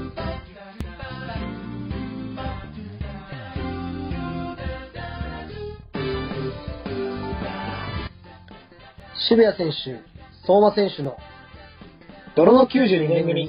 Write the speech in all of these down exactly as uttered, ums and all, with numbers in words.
渋谷選手、相馬選手の泥のきゅうじゅうにねん組。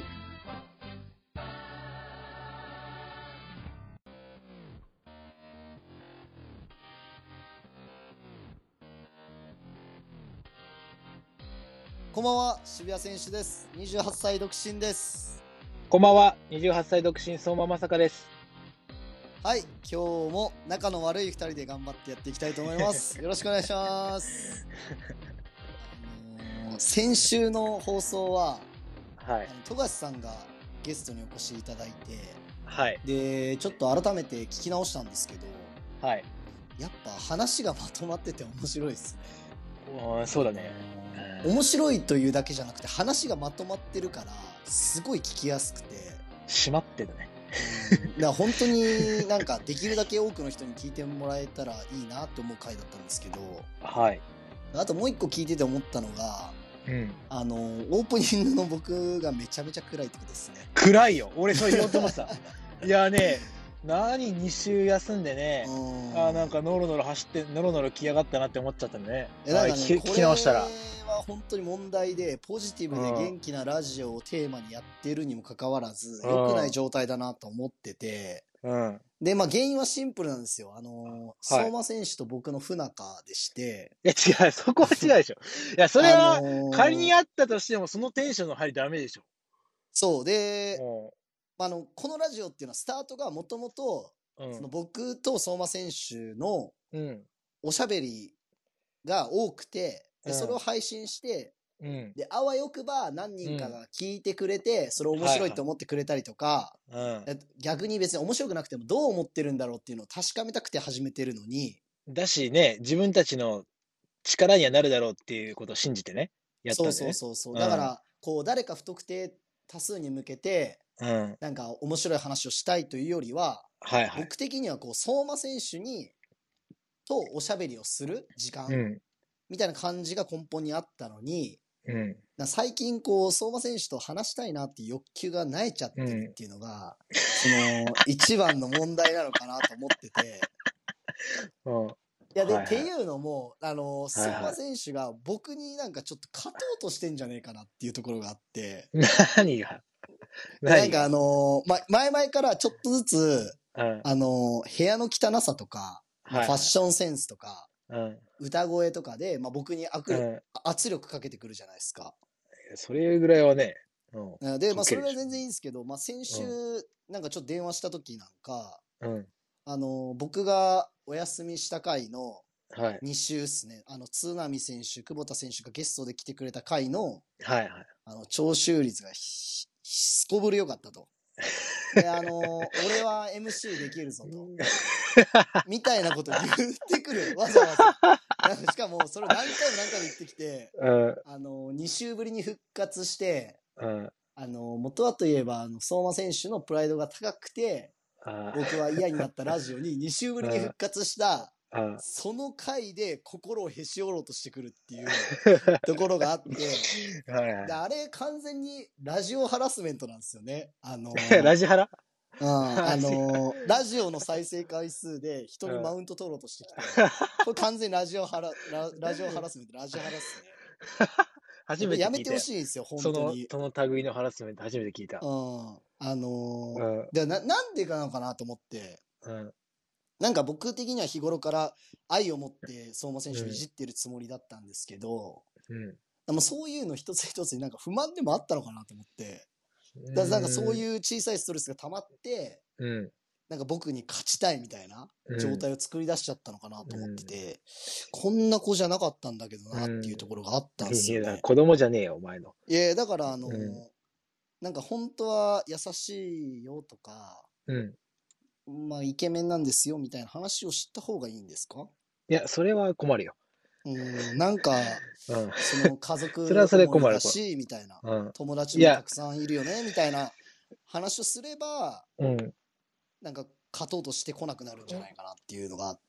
こんばんは、渋谷選手です。にじゅうはっさい独身です。 こんばんは、にじゅうはっさい独身相馬正香です。 はい、今日も仲の悪いふたりで頑張ってやっていきたいと思います。よろしくお願いします。あのー、先週の放送は、 はい、 富樫さんがゲストにお越しいただいて、 はい、でちょっと改めて聞き直したんですけど、 はい、 やっぱ話がまとまってて面白いですね。 あ、そうだね。 面白いというだけじゃなくて話がまとまってるからすごい聞きやすくて締まってるね。 だから本当になんかできるだけ多くの人に聞いてもらえたらいいなと思う回だったんですけど、 はい。 あともう一個聞いてて思ったのが、 うん、 あのオープニングの僕がめちゃめちゃ暗いってことですね。 暗いよ。俺そう言おうと思ってた。いやね、何に週休んでね、あなんかノロノロ走ってノロノロ来やがったなって思っちゃったね。 えなんかね、 聞き直したら。 これは本当に問題で、ポジティブで元気なラジオをテーマにやっているにもかかわらず、良くない状態だなと思ってて、うん、で、まあ原因はシンプルなんですよ。あの、相馬選手と僕の不仲でして。 いや違う、そこは違うでしょ。いや、それは仮にあったとしてもそのテンションの入りダメでしょ。 そうで、あのこのラジオっていうのはスタートがもともと僕と相馬選手のおしゃべりが多くて、でそれを配信して、うん、であわよくば何人かが聞いてくれて、うん、それを面白いと思ってくれたりとか、はいはい、逆に別に面白くなくてもどう思ってるんだろうっていうのを確かめたくて始めてるのに、 だしね、自分たちの力にはなるだろうっていうことを信じてね、やったんだよね。 そうそうそうそう、うん、だからこう誰か不特定多数に向けて、うん、なんか面白い話をしたいというよりは、はいはい、僕的にはこう相馬選手にとおしゃべりをする時間、うん、みたいな感じが根本にあったのに、うん、最近こう相馬選手と話したいなっていう欲求が萎えちゃってるっていうのが、うん、その一番の問題なのかなと思ってて、うん、いやで、はいはい、っていうのもあの相馬選手が僕になんかちょっと勝とうとしてんじゃねえかなっていうところがあって、 何がなんかあのー、ま、前々からちょっとずつ、うん、あのー、部屋の汚さとか、まあ、ファッションセンスとか、はいはい、歌声とかで、まあ、僕に圧力、うん、圧力かけてくるじゃないですか。 それぐらいはね。 うん、で、まあ、それは全然いいんですけど、まあ、先週、うん、なんかちょっと電話した時なんか、うん、あのー、僕がお休みした回のに週っすね、はい、あの、津波選手、久保田選手がゲストで来てくれた回の、はいはい、あの、聴取率がひ、すこぶる良かったと。で、あのー、俺は エムシー できるぞと。みたいなこと言ってくる。わざわざ。なんかしかも、それを何回も何回も言ってきて、うん、あのー、に週ぶりに復活して、うん、あのー、元はといえば、あの、相馬選手のプライドが高くて、僕は嫌になったラジオにに週ぶりに復活した、その回で心をへし折ろうとしてくるっていうところがあってはい、はい、であれ完全にラジオハラスメントなんですよね。あのー、 ラジハラ、 うん、あのー、ラジオの再生回数で人にマウント取ろうとしてきて、これ完全にラジオハラララジオハラスメント、ラジハラっすね。初めて聞いた。やめてほしいんですよ、本当に。 そのその類のハラスメント初めて聞いた。 うん、あのーうん、でななんでかなのかなと思って。うん、なんか僕的には日頃から愛を持って相馬選手をいじってるつもりだったんですけど、うん、でもそういうの一つ一つになんか不満でもあったのかなと思って、だからなんかそういう小さいストレスが溜まって、うん、なんか僕に勝ちたいみたいな状態を作り出しちゃったのかなと思ってて、うん、こんな子じゃなかったんだけどなっていうところがあったんですよね。 いや子供じゃねえよお前の。 いやだからあのーうん、なんか本当は優しいよとか、うんまあ、イケメンなんですよみたいな話を知った方がいいんですか？ いや、それは困るよ。 うん、なんか、うん、その家族思いだし、みたいな、うん。友達もたくさんいるよね、みたいな話をすれば、うん、なんか勝とうとしてこなくなるんじゃないかなっていうのがあって。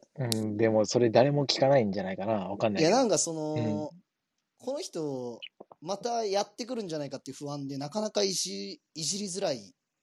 うん、でもそれ誰も聞かないんじゃないかな。わかんないけど。 いや、なんかその、うん、この人、またやってくるんじゃないかっていう不安で、なかなかいじ、いじりづらい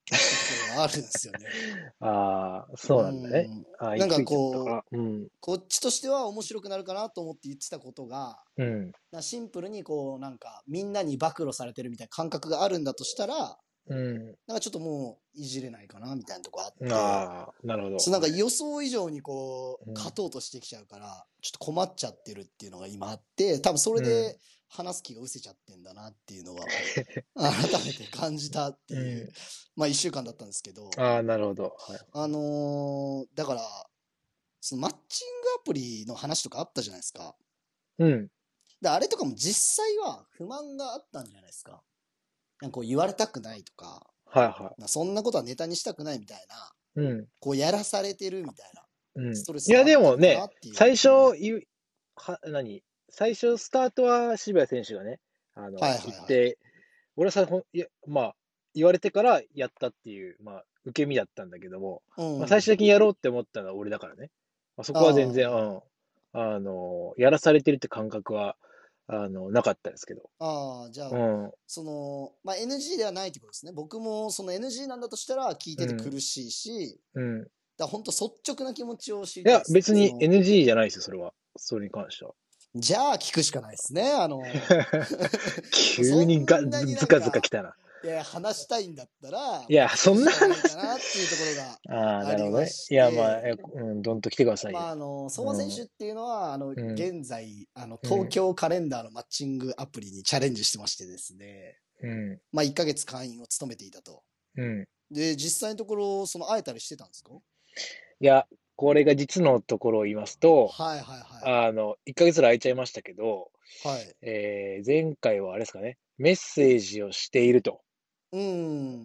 っていうところがあるんですよね。 ああ、そうなんだね。あなんかこう、うん、 こっちとしては面白くなるかなと思って言ってたことが、 うん、 シンプルにこう、なんか、みんなに暴露されてるみたいな感覚があるんだとしたら、うん、なんかちょっともう、いじれないかな、みたいなとこあって。 ああ、なるほど。 そう、なんか予想以上にこう、勝とうとしてきちゃうから、ちょっと困っちゃってるっていうのが今あって、多分それで話す気が失せちゃってんだなっていうのは、改めて感じたっていう、うん、まあ一週間だったんですけど。 ああ、なるほど。はい、 あのー、だから、そのマッチングアプリの話とかあったじゃないですか。 うん。 で、あれとかも実際は不満があったんじゃないですか。なんかこう言われたくないとか、 はいはい。 そんなことはネタにしたくないみたいな、うん、こうやらされてるみたいな、 うん、ストレスがあったのかなっていう。いやでもね、最初、は、何最初スタートは渋谷選手がね、あの、はいはいはい、言って、俺はさ、いや、まあ、言われてからやったっていう、まあ、受け身だったんだけども、うん、まあ、最終的にやろうって思ったのは俺だからね。まあ、そこは全然、うん、あの、やらされてるって感覚は、あの、なかったですけど。 ああ、じゃあ、うん、その、まあ、エヌジー ではないってことですね。僕もその エヌジー なんだとしたら聞いてて苦しいし、うん。だ本当率直な気持ちを知りたいです、ね。 いや、別に エヌジー じゃないですよ、それは。それに関しては。 じゃあ聞くしかないですね。あの、 急にがずかずか来たな。 いや、話したいんだったら、 いや、そんな話かなっていうところがありまして。いや、まあ、うん、どんと来てくださいよ。 まあ、あの、相馬選手っていうのは、うん、あの、現在、あの、東京カレンダーのマッチングアプリにチャレンジしてましてですね。うん。まあ、いっかげつ会員を務めていたと。うん。で、実際のところ、その、会えたりしてたんですか？ いや、これが実のところを言いますと、はいはいはい。あの、いっかげつぐらい空いちゃいましたけど、はい。えー、前回はあれですかね、メッセージをしていると。うん。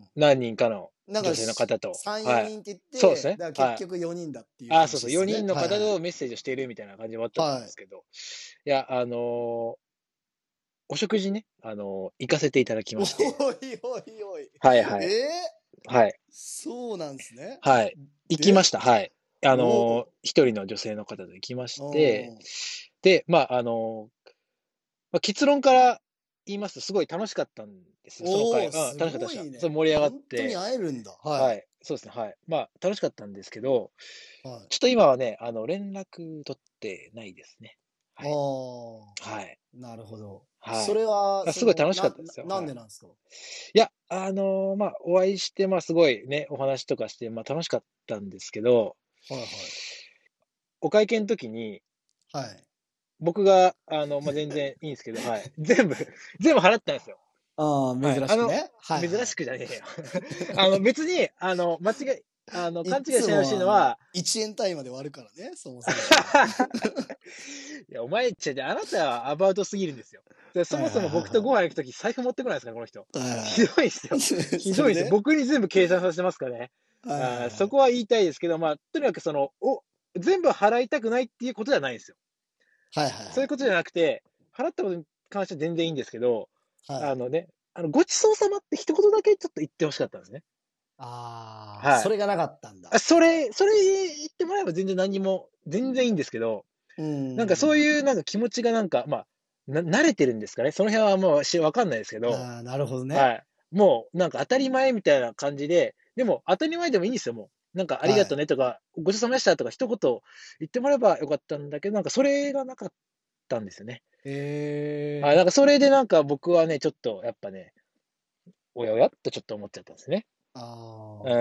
何人かの女性の方と。 さん、よにんって言って、 そうですね。 だから結局よにんだっていう、 ね。はい、あ、そうそう、よにんの方とメッセージをしているみたいな感じもあったんですけど、はい、いや、あのー、お食事ね、あのー、行かせていただきまして。 おいおいおい。 はいはい。 えー、はい。 そうなんですね。 はい。行きました。はい。あのー、一人の女性の方と行きまして、で、まあ、あのー、まあ、結論から言いますと、すごい楽しかったんですよ、その回。うん、楽しかったでした。そう盛り上がって。 本当に会えるんだ。はい。 はい。そうですね、はい。まあ、楽しかったんですけど、はい、ちょっと今はね、あの、連絡取ってないですね。はい。はい。 なるほど。はい。それは、 すごい楽しかったですよ。 な、なんでなんですか？ はい、いや、あのー、まあ、お会いして、まあ、すごいね、お話とかして、まあ、楽しかったんですけど、はいはい。お会計の時に、はい。僕が、あの、まあ、全然いいんですけど、はい。全部、全部払ったんですよ。 ああ、珍しくね。 はい。珍しくじゃねえよ。あの、別に、あの、間違い、あの、勘違いしないほしいのは、 いちえん単位まで割るからね、そもそも。 いや、お前っちゃ、あなたはアバウトすぎるんですよ。そもそも僕とご飯行くとき財布持ってこないですから、この人。ひどいですよ。ひどいですよ。僕に全部計算させてますからね。あそこは言いたいですけど、まあ、とにかくその、お、全部払いたくないっていうことじゃないんですよ。はいはい、はい。そういうことじゃなくて、払ったことに関しては全然いいんですけど、はい、あのね、あの、ごちそうさまって一言だけちょっと言ってほしかったんですね。 ああ、はい。それがなかったんだ。 あ、それ、それ言ってもらえば全然何も、全然いいんですけど、うん。なんかそういうなんか気持ちがなんか、まあ、な、慣れてるんですかね。その辺はもうし、わかんないですけど。 ああ、なるほどね。 はい。もう、なんか当たり前みたいな感じで、でも当たり前でもいいんですよ、もう。なんかありがとうねとか、はい、ごちそうさまでしたとか一言言ってもらえばよかったんだけど、なんかそれがなかったんですよね。へえ。あ、なんかそれでなんか僕はね、ちょっとやっぱね、おやおやっとちょっと思っちゃったんですね。ああ。うん、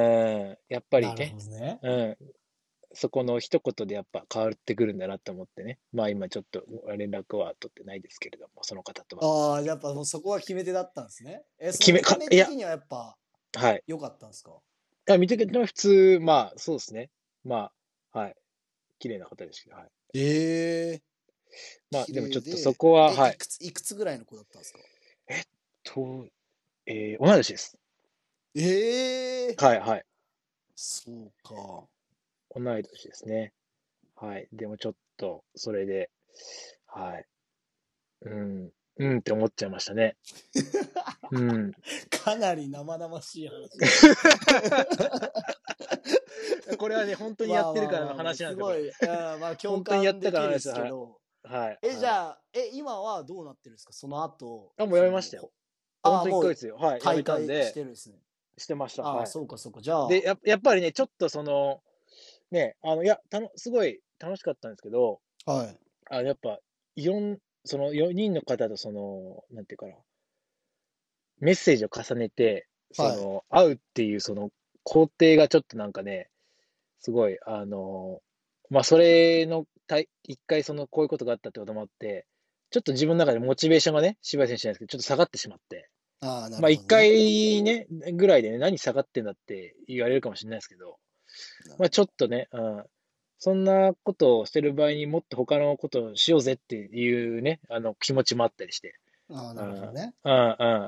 やっぱりね。なるほどね。うん。そこの一言でやっぱ変わってくるんだなと思ってね。まあ今ちょっと連絡は取ってないですけれども、その方とは。ああ、やっぱもうそこは決め手だったんですね。え、その見た目的にはやっぱ、はい。良かったんですか？いや、見た目は普通、まあそうですね。まあ、はい。綺麗な方ですけど、はい。ええー。まあでもちょっとそこは、はい。 いくつ、いくつぐらいの子だったんですか？ えっと、えー、同い年です。ええー。はいはい。 そうか。 同い年ですね。はい。でもちょっと、それで、はい。うん、うんって思っちゃいましたね。うん。 かなり生々しい話。 これはね、本当にやってるからの話なんですよ。まあまあまあすごい、あまあ共感できるんですけど。はい。 え、じゃあ、え、今はどうなってるんですか？その後。 あ、もうやめましたよ。あ、もういっかげつよ。はい。 退会してるんですね。 してました。 ああ、 はい。 そうかそうか。じゃあ。 で、ややっぱりね、ちょっとその、ね、あの、いや、たのすごい楽しかったんですけど、 はい。 あの、やっぱ、いろんそのよにんの方とその、なんていうかな、メッセージを重ねて、そはい。 の、会うっていうその工程がちょっとなんかね、すごい、あの、まあ、それの、たい一回その、こういうことがあったってこともあって、ちょっと自分の中でモチベーションがね、柴井選手じゃないですけど、ちょっと下がってしまって、 ああ、なまあ、一るほどね。 回ね、ぐらいでね、何下がってんだって言われるかもしれないですけど、まあ、ちょっとね、うん、そんなことをしてる場合にもっと他のことをしようぜっていうね、あの、気持ちもあったりして、 ああ、なうん、うん、 るほどね。 うん。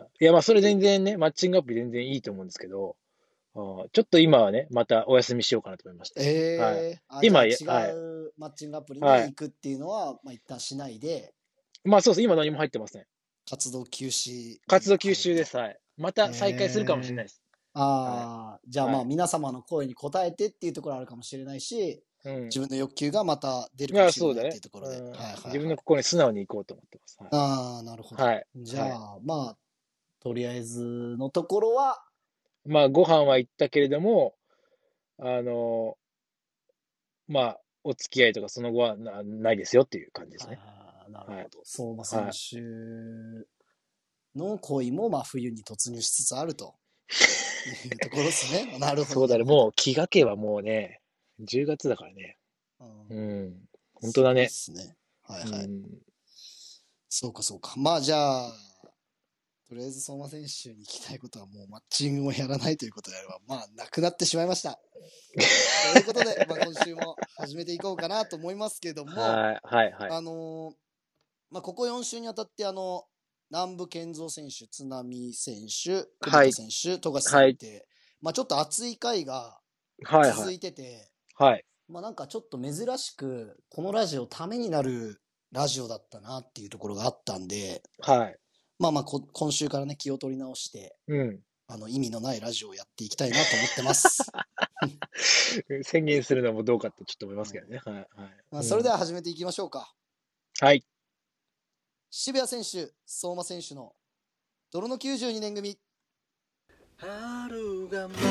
いや、まあ、それ全然ね、マッチングアプリ全然いいと思うんですけど、うん、ちょっと今はね、またお休みしようかなと思いまして。はい。 ええあ、じゃ今、 あ違はい。 うマッチングアプリはい。 に行くっていうのは、まあ、一旦しないで、 まあそうです。今何も入ってません。 活動休止に活動休入ると。 止です。はい。また再開するかもしれなええいです。はい。 ああ、じゃあまあはい。 皆様の声に応えてっていうところあるかもしれないし、 うん。 自分の欲求がまた出るいや、 かもしれないっていそうだね。 うところで。 うん。 はいはい自分のはい。 心に素直に行こうと思ってます。はい。 ああ、なるほど。 はい。 じゃはい。 あまあ、とりあえずのところは、 まあ、ご飯は行ったけれども、あの、まあ、お付き合いとかその後はな、ないですよっていう感じですね。 ああ、なるはい。 ほど。相馬選はい。 手の恋もまあ冬に突入しつつあるというところですね。なるほど、 そうだね。 なるほど。 もう気がけはもうね、じゅうがつだからね。 うん、 うん。本当すごいっだね。 すね。はいはい。 うん。 そうかそうか。まあじゃあ、とりあえず相馬選手に聞きたいことはもうマッチングをやらないということであれば、まあなくなってしまいました。ということで、まあ今週も始めていこうかなと思いますけども、 はい、はい、はい。 あのーまあここよん週にあたってあの、南部健三選手、津波選手、久保はい、 田選手、富樫さはい、 んって、まあちょっと熱い回がはい、はい。 続いてて、 はい。 まあなんかちょっと珍しく、このラジオためになるラジオだったなっていうところがあったんで、 はい。 まあまあこ今週からね、気を取り直して、 うん。 あの、意味のないラジオをやっていきたいなと思ってます。 宣言するのもどうかってちょっと思いまうん、 すけどね。はい、はい。 まあ、それでうん。 は始めていきましょうか。 はい。 渋谷選手、相馬選手の泥のきゅうじゅうにねん組。春が舞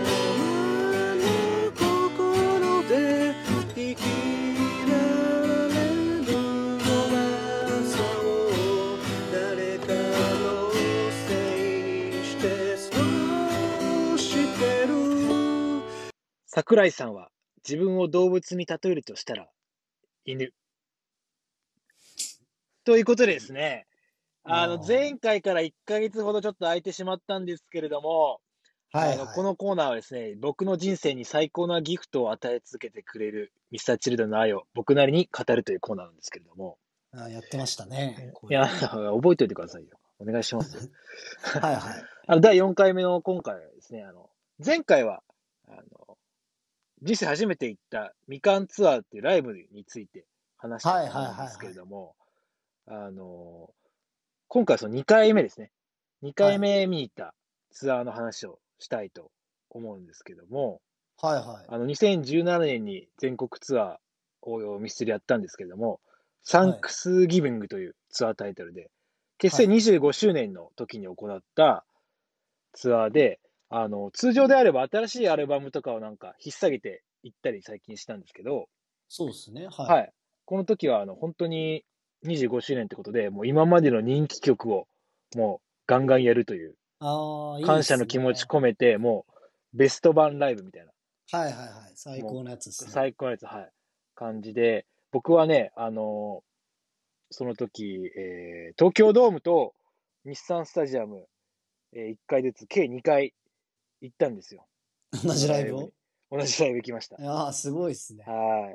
う心で生きられるの朝を誰かのせいにして過ごしてる。 桜井さんは自分を動物に例えるとしたら犬。ということでですね、あの、 あ前回からいっかげつほどちょっと空いてしまったんですけれども、 あ、はあの、 いはい。 このコーナーはですね、僕の人生に最高なギフトを与え続けてくれるミスターチルドの愛を僕なりに語るというコーナーなんですけれども、 あやってましたね、こういや、 いうの。 覚えておいてくださいよ。お願いしますよ。 はいはい。 あの、だいよんかいめの今回はですね、あの、前回は、あの、人生初めて行ったみかんツアーっていうライブについて話したとはいはいはい思うんですけはい。 れども、あの、今回はそのにかいめですね。2 はい。 回目見に行ったツアーの話をしたいと思うんですけども、 はいはい。 あの、にせんじゅうななねんに全国ツアーをミスチルやったんですけれども、サンはい。 クスギビングというツアータイトルで、結成はい。 にじゅうごしゅうねんの時に行ったツアーで、あの、通常であれば新しいアルバムとかをなんか引っ提げて行ったり最近したんですけど、 そうですね。はい。 はい。この時はあの、本当ににじゅうごしゅうねんってことで、もう今までの人気曲をもうガンガンやるという、 ああ、いいっ感謝の気持ちすね。 込めて、もうベスト版ライブみたいな、 はいはいはい。最も高のやつですうね。 最高のやつ、はい、感じで、僕はね、あのその時、えー東京ドームと日産スタジアム、えーいっかいずつ計にかい行ったんですよ。 同そじライブをのライブに。同じライブ行きました。 いやー、すごいっすね。 はい。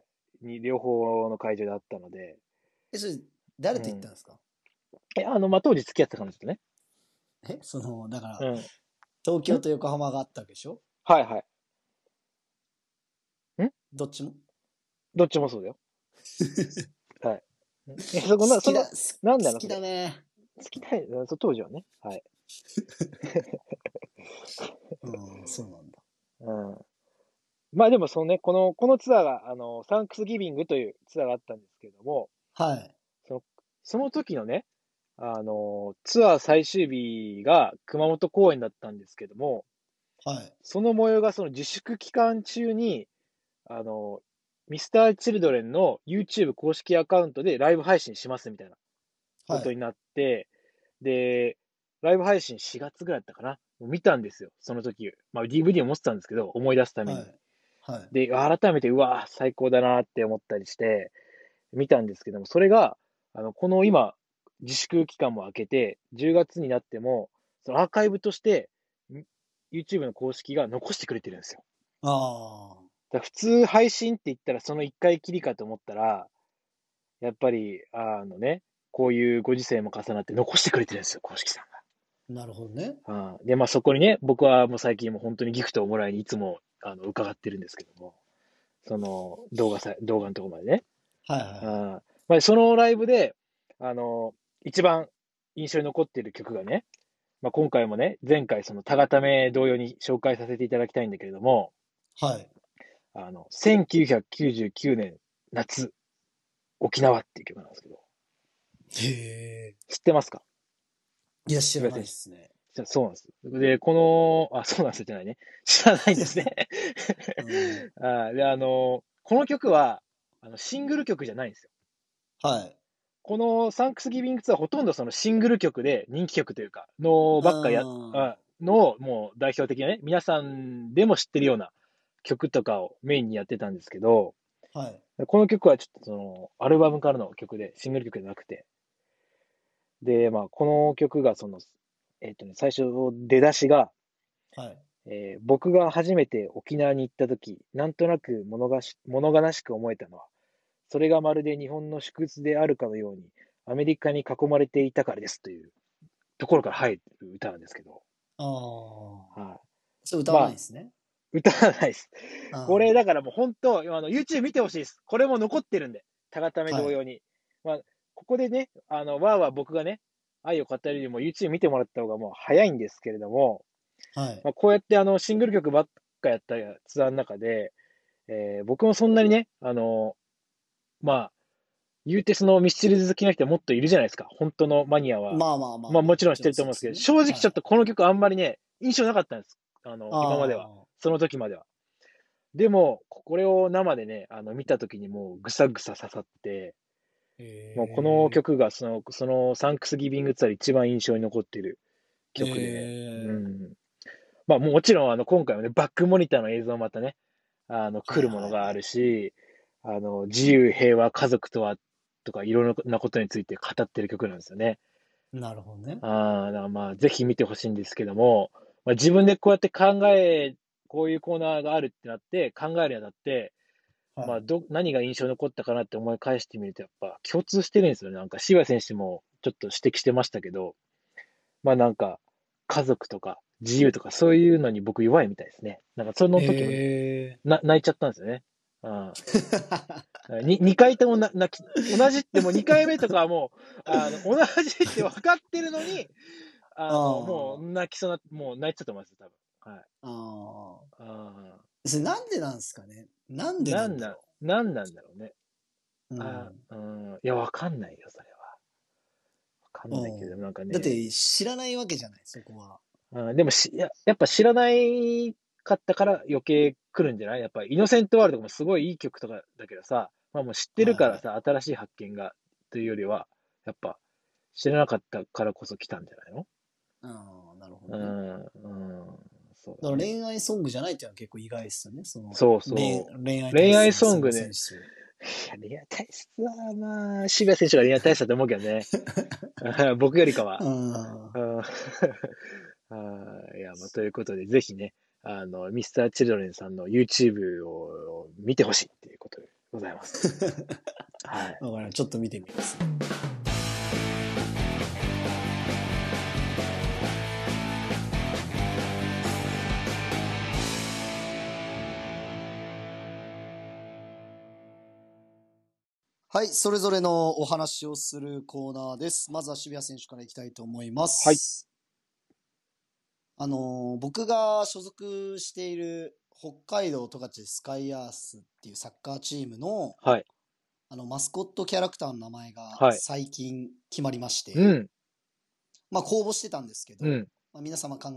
に、両方の会場であったので、 え、それ、誰と行ったうん。 んですか？ え、あの、まあ、当時付き合ってた彼女とね。 え、その、だから、 うん。 東京んと横浜があったわけでしょ？ はいはい。んどっちもどっちもそうだよ。はい。え、そこな、その、 好きだ、好なんだろう、 好きそれ。 だね。 好きだよ、そう当時はね。はい。 うん、そうなんだ。 うん。まあでもそのね、この、このツアーが、あの、サンクスギビングというツアーがあったんですけれども、 はい。 その、その時のね、あの、ツアー最終日が熊本公演だったんですけども、 はい。 その模様がその自粛期間中に、あの、ミスターチルドレンの YouTube 公式アカウントでライブ配信しますみたいなこはい。 とになって、で、ライブ配信しがつぐらいだったかな。もう見たんですよ、その時。まあ ディーブイディー を持ってたんですけど、思い出すために。 はい。はい。 で、改めて、うわ、最高だなって思ったりして、見たんですけども、それが、あの、この今、自粛期間も明けて、じゅうがつになっても、そのアーカイブとして、ん YouTube の公式が残してくれてるんですよ。 あだから普通配信って言ったらそのいっかいきりかと思ったら、やっぱり、あのね、こういうご時世も重なって残してくれてるんですよ、公式さんあ、なるほどね。 が。うん、で、まあそこにね、僕はもう最近もう本当にギフトをもらいにいつもあの伺ってるんですけども、その動画さ、動画のところまでね。 はいはいはい。 あまあ、そのライブで、あの、一番印象に残っている曲がね、まあ、今回もね、前回そのタガタメ同様に紹介させていただきたいんだけれども、 はい。 あの、せんきゅうひゃくきゅうじゅうきゅうねん夏、沖縄っていう曲なんですけど、 へえ。 知ってますか？ いや、知ら渋谷選ないですね。 手。そうなんです。で、この、あ、そうなんですじゃないね。知らないんですね。 うん。 あで、あの、この曲は、あの、シングル曲じゃないんですよ。 はい。 このサンクスギビングツアーほとんどそのシングル曲で人気曲というか、のうばっかや、 ん。 あのをもう代表的なね、皆さんでも知ってるような曲とかをメインにやってたんですけど、 はい。 この曲はちょっとそのアルバムからの曲で、シングル曲じゃなくて、で、まあこの曲がその、えっとね、最初出だしが、 はい。 えー僕が初めて沖縄に行った時、なんとなく物がし物悲しく思えたのは、それがまるで日本の祝日であるかのように、アメリカに囲まれていたからですというところから入る歌なんですけど、 ああ。 はい。 それ歌わまあ、 ないですね。 歌わないです。これあだからもう本当、あの YouTube 見てほしいです。これも残ってるんで、タガタメあ。はい。 同様に。まあ、ここでね、あの、わーわー僕がね、愛を語るよりも YouTube 見てもらった方がもう早いんですけれども、 はい。 まあ、こうやってあの、シングル曲ばっかやったツアーの中で、えー僕もそんなにね、あの、まあ、言うてそのミスチル好きな人はもっといるじゃないですか。本当のマニアは。 まあまあまあまあ、 まあもちろん知ってもちろんると思うんですけど、 そうですよね。 正直はい。 ちょっとこの曲あんまりね、印象なかったんです。あの、今までは。 ああ。 その時までは。でも、これを生でね、あの、見た時にもうぐさぐさ刺さって、もうこのへ曲がその、そのサンクスギビングツアーで一番印象に残っているえ。 曲で、うへえ。 ん。まあもちろんあの、今回はね、バックモニターの映像またね、あの、来はいるものがあるはいはい。 し、あの、自由、平和、家族とは、とかいろいろなことについて語ってる曲なんですよね。 なるほどね。 ああ、だからまあ、ぜひ見てほしいんですけども、まあ、自分でこうやって考え、こういうコーナーがあるってなって考えるにあたって、まあ、 はい。 ど、何が印象に残ったかなって思い返してみると、やっぱ共通してるんですよね。なんか、柴谷選手もちょっと指摘してましたけど、まあなんか、家族とか自由とかそういうのに僕弱いみたいですね。なんか、その時もね、 へえ。 な、泣いちゃったんですよね。うんに、二回ともな、泣き、同じってもう二回目とかはもう、あの、同じって分かってるのに、あの、もうあ泣きそうな、もう泣いちゃってます、多分。はい。 あ。ああ。 ああ、 それなんでなんですかね。なんでななんなん、 んだろなんなんだろうね。 う。うあん。 うん、いや、わかんないよ、それは。わかんないけど、 うん。 なんかね、 だって知らないわけじゃない、そこは。 あでもし、や、やっぱ知らないかったから余計来るんじゃないやっぱ、イノセントワールドもすごいいい曲とかだけどさ、まあもう知ってはいはい。 るからさ、新しい発見が、というよりは、やっぱ、知らなかったからこそ来たんじゃないの？ ああ、なるほどね。 うん、うん、そうだね。 だから恋愛ソングじゃないっていうのは結構意外ですよね。その、 そう恋、 そう。 恋愛体恋愛質の相馬ソングね。 選手。 いや、恋愛体質は、まあ、渋谷選手が恋愛体質だと思うけどね。僕よりかは。 うん。 うんあいや、まあ、ということで、ぜひね、あの、ミスターチルドレンさんの YouTube を見てほしいっていうことでございます。はい。 わかりました。ちょっと見てみます。はい、それぞれのお話をするコーナーです。まずは渋谷選手からいきたいと思いまはい。 す。あのー僕が所属している北海道十勝スカイアースっていうサッカーチームの、 はい。 あの、マスコットキャラクターの名前がはい。 最近決まりまして、 うん。 まあ公募してたんですけど、 うん。 まあ、皆様考えて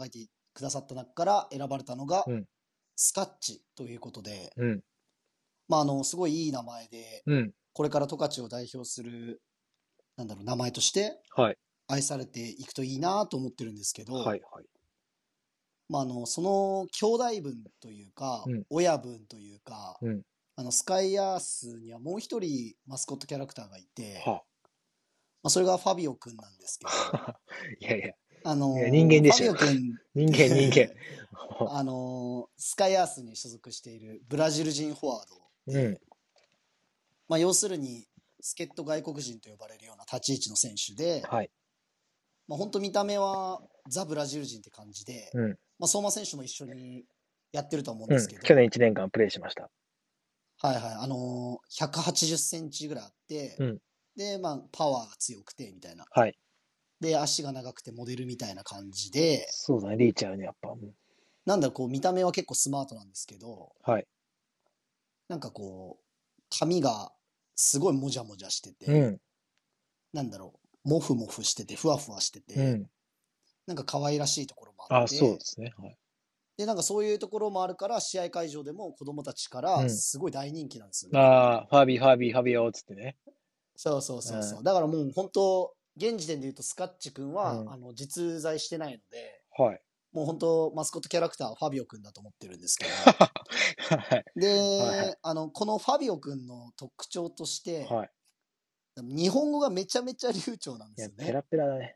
くださった中から選ばれたのが、 うん、 スカッチということで、 うん、 まあ、あの、すごいいい名前で、 うん、 これから十勝を代表する、なんだろう、名前としてはい、 愛されていくといいなと思ってるんですけど、 はい、はい。 まあ、あの、その兄弟分というか、 うん、 親分というか、 うん、 あの、スカイアースにはもう一人マスコットキャラクターがいて、 はまあ、それがファビオくんなんですけど、 あ。いやいや、 あのいや人間でファしょ。 ビオくん、 人間、人間。 あのスカイアースに所属しているブラジル人フォワードで、 うん、 まあ、要するに、助っ人外国人と呼ばれるような立ち位置の選手で、 はい。 まあ、本当見た目はザ・ブラジル人って感じで、 うん、 まあ、相馬選手も一緒にやってると思うんうん。 ですけど、 去年いちねんかんプレーしました。 はいはい、あのー、ひゃくはちじゅっセンチぐらいあって、 うん。 で、まあ、パワーが強くて、みたいな。 はい。 で、足が長くてモデルみたいな感じで、 そうだね、リーチャーね、やっぱ。うん、 なんだろう、こう、見た目は結構スマートなんですけど、 はい。 なんかこう、髪がすごいもじゃもじゃしてて、 うん、 なんだろう、もふもふしてて、ふわふわしてて、 うん。 なんか可愛らしいところもあっあ、そうでて、 すね。はい。 で、なんかそういうところもあるから、試合会場でも子供たちからうん。 すごい大人気なんですよね。 ああ、ファービー、ファービー、ファビオーっつってね。 そうそううん。 そうそう。だからもう本当、現時点で言うとスカッチ君は、 うん。 あの、実在してないので、 はい。 もう本当、マスコットキャラクターはファビオ君だと思ってるんですけど、 はい。はいはい。 で、あの、このファビオ君の特徴として、 はい。 日本語がめちゃめちゃ流暢なんでいや、 すよね。 ペラペラだね。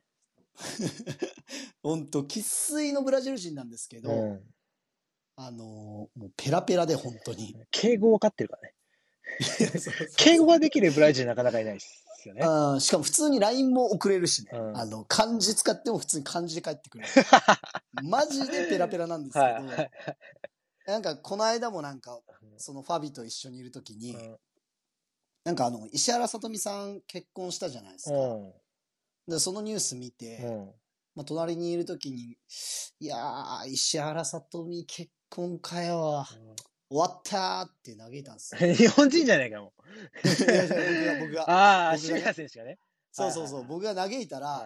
本当、生粋のブラジル人なんですけうど、 ん。 あの、もうペラペラで本当に。 敬語分かってるからね。 そうそう敬語そう。 ができるブラジルなかなかいないですよね。 あーしかも普通に ライン も送れるしね。 うん。 あの、漢字使っても普通に漢字で返ってくる。マジでペラペラなんですけど、 はいはい。 なんかこの間もなんか、そのファビと一緒にいるときに、 うん。 なんかあの、石原さとみさん結婚したじゃないですか。で、そのニュース見て、 うん。 まあ、隣にいるときに、いやー、石原さとみ結婚かよ。終わったーって嘆いたんですよ。 日本人じゃないかも。 いやいや、僕が、僕が。 ああ、 僕がねシュラ選手がね。 そうそうそう。 はいはいはい、 僕が嘆いたら、 はい、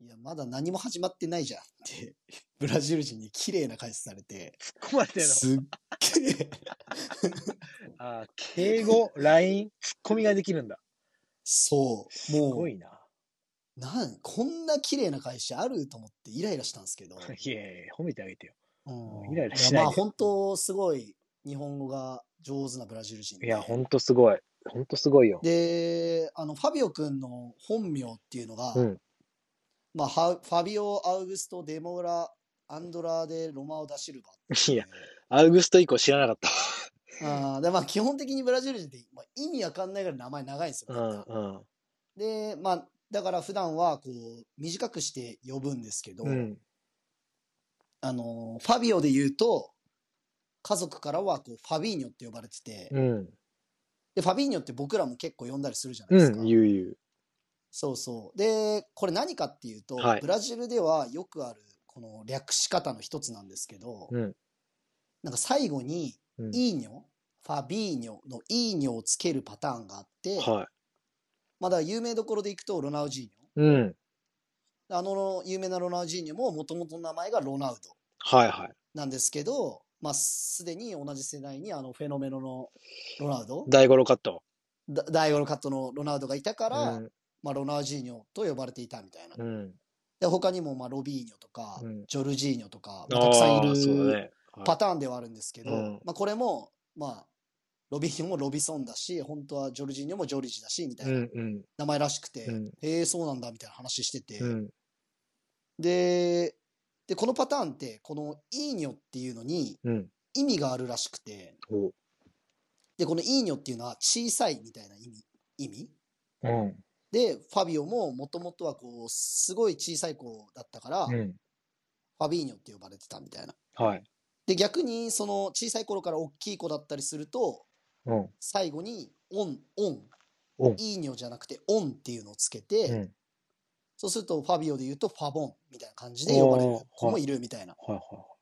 いや、まだ何も始まってないじゃんって、ブラジル人に綺麗な返しされて。 突っ込まれてるの。 すっげえ。 ああ、敬語、ライン、突っ込みができるんだ。 そう。 すごいな。 なん、こんな綺麗な返しあると思ってイライラしたんですけど。 いやいや、褒めてあげてよ。 うん、 イライラしないで。 まあ本当すごい日本語が上手なブラジル人で。 いや、本当すごい。本当すごいよ。 で、あの、ファビオ君の本名っていうのが、うん、まあ、ファビオ・アウグスト・デモラ・アンドラーデ・ロマオ・ダ・シルバ。 いや、アウグスト以降知らなかった。 あでまあ、基本的にブラジル人って、まあ、意味わかんないぐらい名前長いんですよ。 うんうん、 で、まあ、だから普段はこう短くして呼ぶんですけど、うん、あのファビオで言うと家族からはこうファビーニョって呼ばれてて、うん、でファビーニョって僕らも結構呼んだりするじゃないですか。 うん、言う言う。 そうそう。でこれ何かっていうと、はい、ブラジルではよくあるこの略し方の一つなんですけど、うん、なんか最後にイーニョ、うん、ファビーニョのイーニョをつけるパターンがあって、はい、まだ有名どころでいくとロナウジーニョ、うん、あの有名なロナウジーニョももともとの名前がロナウドなんですけど、はいはい、まあすでに同じ世代にあのフェノメノのロナウド、 大五郎カット、 大五郎カットのロナウドがいたから、うん、まあロナウジーニョと呼ばれていたみたいな。うん、で他にもまあロビーニョとか、うん、ジョルジーニョとか、まあ、たくさんいるパターンではあるんですけど、うん、まあこれもまあロビーニョもロビソンだし、本当はジョルジーニョもジョルジだしみたいな名前らしくて、うんうん、へえそうなんだみたいな話してて、うん、ででこのパターンってこのイーニョっていうのに意味があるらしくて、うん、でこのイーニョっていうのは小さいみたいな意味意味、うん、でファビオももともとはこうすごい小さい子だったから、うん、ファビーニョって呼ばれてたみたいな、はい、で逆にその小さい頃から大きい子だったりすると、うん、最後にオンオンイーニョじゃなくてオンっていうのをつけて、うん、そうするとファビオで言うとファボンみたいな感じで呼ばれる子もいるみたいな、はいはいはい、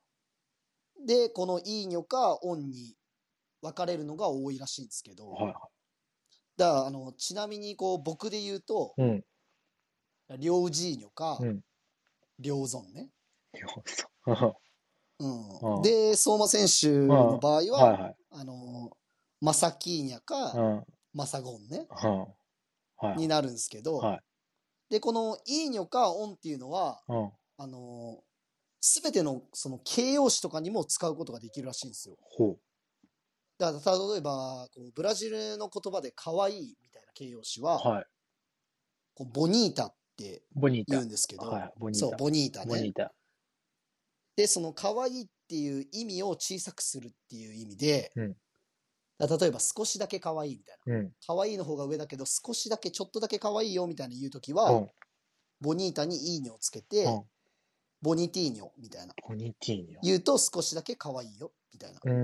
でこのイーニョかオンに分かれるのが多いらしいんですけど、はいはい、だからあのちなみにこう僕で言うと、うん、リョウジーニョか、うん、リョウゾンね、 要素。 うん。で、相馬選手の場合は、はいはい、あの、マサキーニャか、マサゴンね、はいはい、になるんですけど、はい、で、このイーニョかオンっていうのは、あの、すべてのその形容詞とかにも使うことができるらしいんですよ。ほう。だから、例えば、こうブラジルの言葉で可愛いみたいな形容詞は、はい、こうボニータって言うんですけど、はい、ボニータ。そう、ボニータね。ボニータ。で、その可愛いっていう意味を小さくするっていう意味で、うん、例えば少しだけ可愛いみたいな、うん。可愛いの方が上だけど、少しだけ、ちょっとだけ可愛いよみたいな言うときは、うん、ボニータにイーニョをつけて、うん、ボニティーニョみたいな。ボニティーニョ。言うと少しだけ可愛いよみたいな。うん、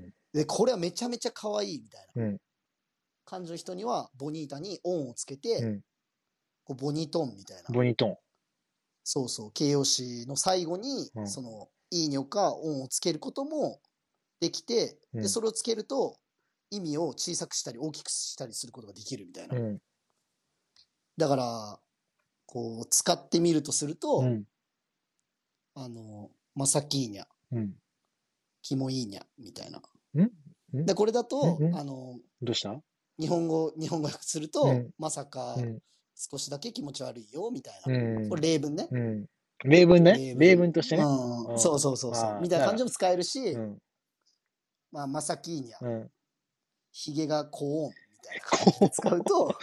で、これはめちゃめちゃ可愛いみたいな。うん、感じの人には、ボニータにオンをつけて、うん、こうボニトンみたいな。ボニトン。そうそう、形容詞の最後に、うん、その、イーニョかオンをつけることもできて、うん、で、それをつけると、意味を小さくしたり大きくしたりすることができるみたいな。うん、だから、こう、使ってみるとすると、うん、あの、マサキーニャ、うん、キモイーニャみたいな。んんで、これだと、んんあの、どうした日本語、日本語訳すると、うん、まさか、少しだけ気持ち悪いよ、みたいな。うん、これ例文ね。うん、例文ね。例文、例文としてね。うん、そうそうそうそう。みたいな感じも使えるし、うん、まあ、マサキーニャ、うん、ヒゲが高音みたいな感じで使うと、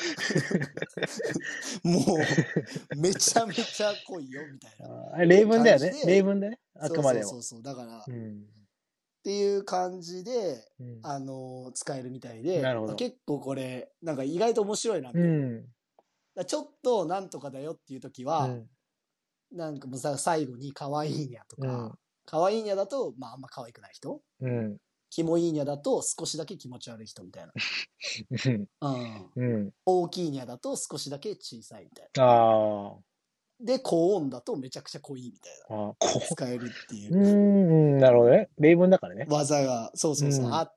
もう、めちゃめちゃ濃いよ、みたいな。例文だよね。例文だね。あくまでも。そうそうそう。だから、うん、っていう感じで、うん、あのー、使えるみたいで、なるほど。結構これ、なんか意外と面白いなって。うん、だちょっとなんとかだよっていう時は、うん、なんかもうさ、最後に可愛いにゃとか、うん、可愛いにゃだと、まああんま可愛くない人、うん、キモいいにゃだと少しだけ気持ち悪い人みたいな。うんうん、大きいにゃだと少しだけ小さいみたいな。あで、高音だとめちゃくちゃ濃いみたいな。あ使えるっていう。うん、なるほどね。例文だからね。技が、そうそうそう、うん、あって、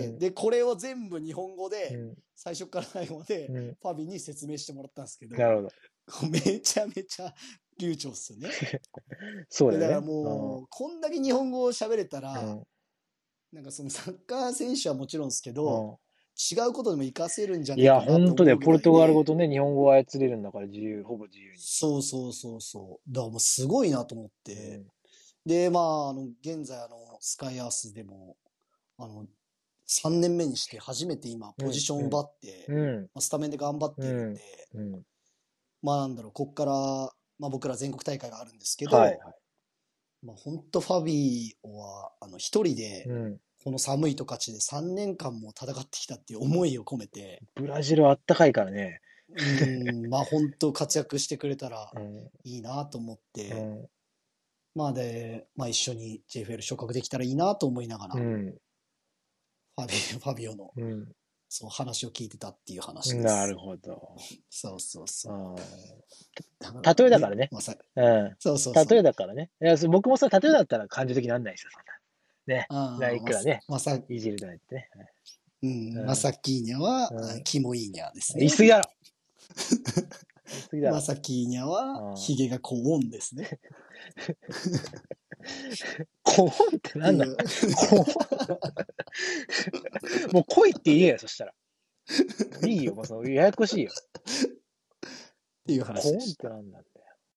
うん、で、これを全部日本語で、うん、最初から最後まで、ファビに説明してもらったんですけど、なるほど。めちゃめちゃ流暢っすよね。そうだよね。だからもう、こんだけ日本語を喋れたら、うん、なんかそのサッカー選手はもちろんですけど、違うことでも活かせるんじゃないかなと思うぐらいで。いや、本当で、ポルトガル語とね、日本語を操れるんだから、自由、ほぼ自由に。そうそうそうそう。だからもうすごいなと思って。うん、で、まあ、あの、現在、あの、スカイアースでも、あの、さんねんめにして初めて今、ポジションを奪って、うんうんまあ、スタメンで頑張っているんで、うんうん、まあなんだろう、こっから、まあ僕ら全国大会があるんですけど、はいはい、まあ本当ファビーは、あの、一人で、うんこの寒い十勝でさんねんかんも戦ってきたっていう思いを込めて。ブラジルはあったかいからね。うん、まあ本当活躍してくれたらいいなと思って、うん、まあで、まあ一緒に ジェイエフエル 昇格できたらいいなと思いながら、うん、ファビ、ファビオの、うん、そう話を聞いてたっていう話です。なるほど。そうそうそう。例えだからね。まさうん。そうそうそう。例えだからね。いや僕もさ、例えだったら感情的になんないですよ、そんな。ね。あいくらね、まさ、いじるだってね。うん、まさきーにゃは、キモいーにゃですね。言い過ぎだろまさきーにゃは、ヒゲが高音ですね。高音ってなんだ高音もう恋って言えよ、そしたら。いいよ、もうそのややこしいよ。っていう話でした。高音ってなんだ。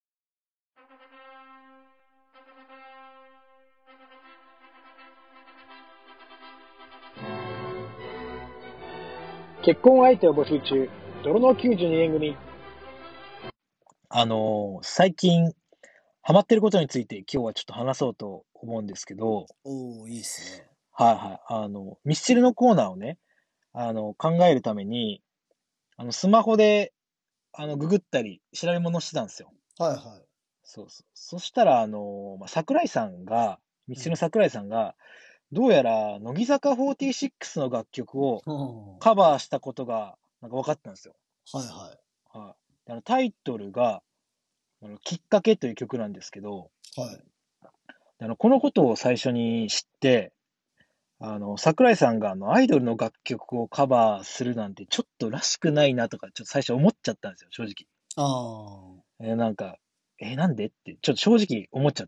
結婚相手を募集中、泥のきゅうじゅうにねん組。あのー、最近、ハマってることについて今日はちょっと話そうと思うんですけど。おー、いいっすね。はいはい。あの、ミスチルのコーナーをね、あの、考えるために、あの、スマホで、あの、ググったり、調べ物してたんですよ。はいはい。そうそう。そしたら、あの、まあ、桜井さんが、ミスチルの桜井さんが、どうやら、乃木坂フォーティーシックスの楽曲をカバーしたことが、なんか分かったんですよ。はいはい。はい。あのタイトルが、あのきっかけという曲なんですけど、はい。あのこのことを最初に知って、あの、桜井さんがあのアイドルの楽曲をカバーするなんてちょっとらしくないなとか、ちょっと最初思っちゃったんですよ、正直。ああ。えーなんか、えーなんでって、ちょっと正直思っちゃって。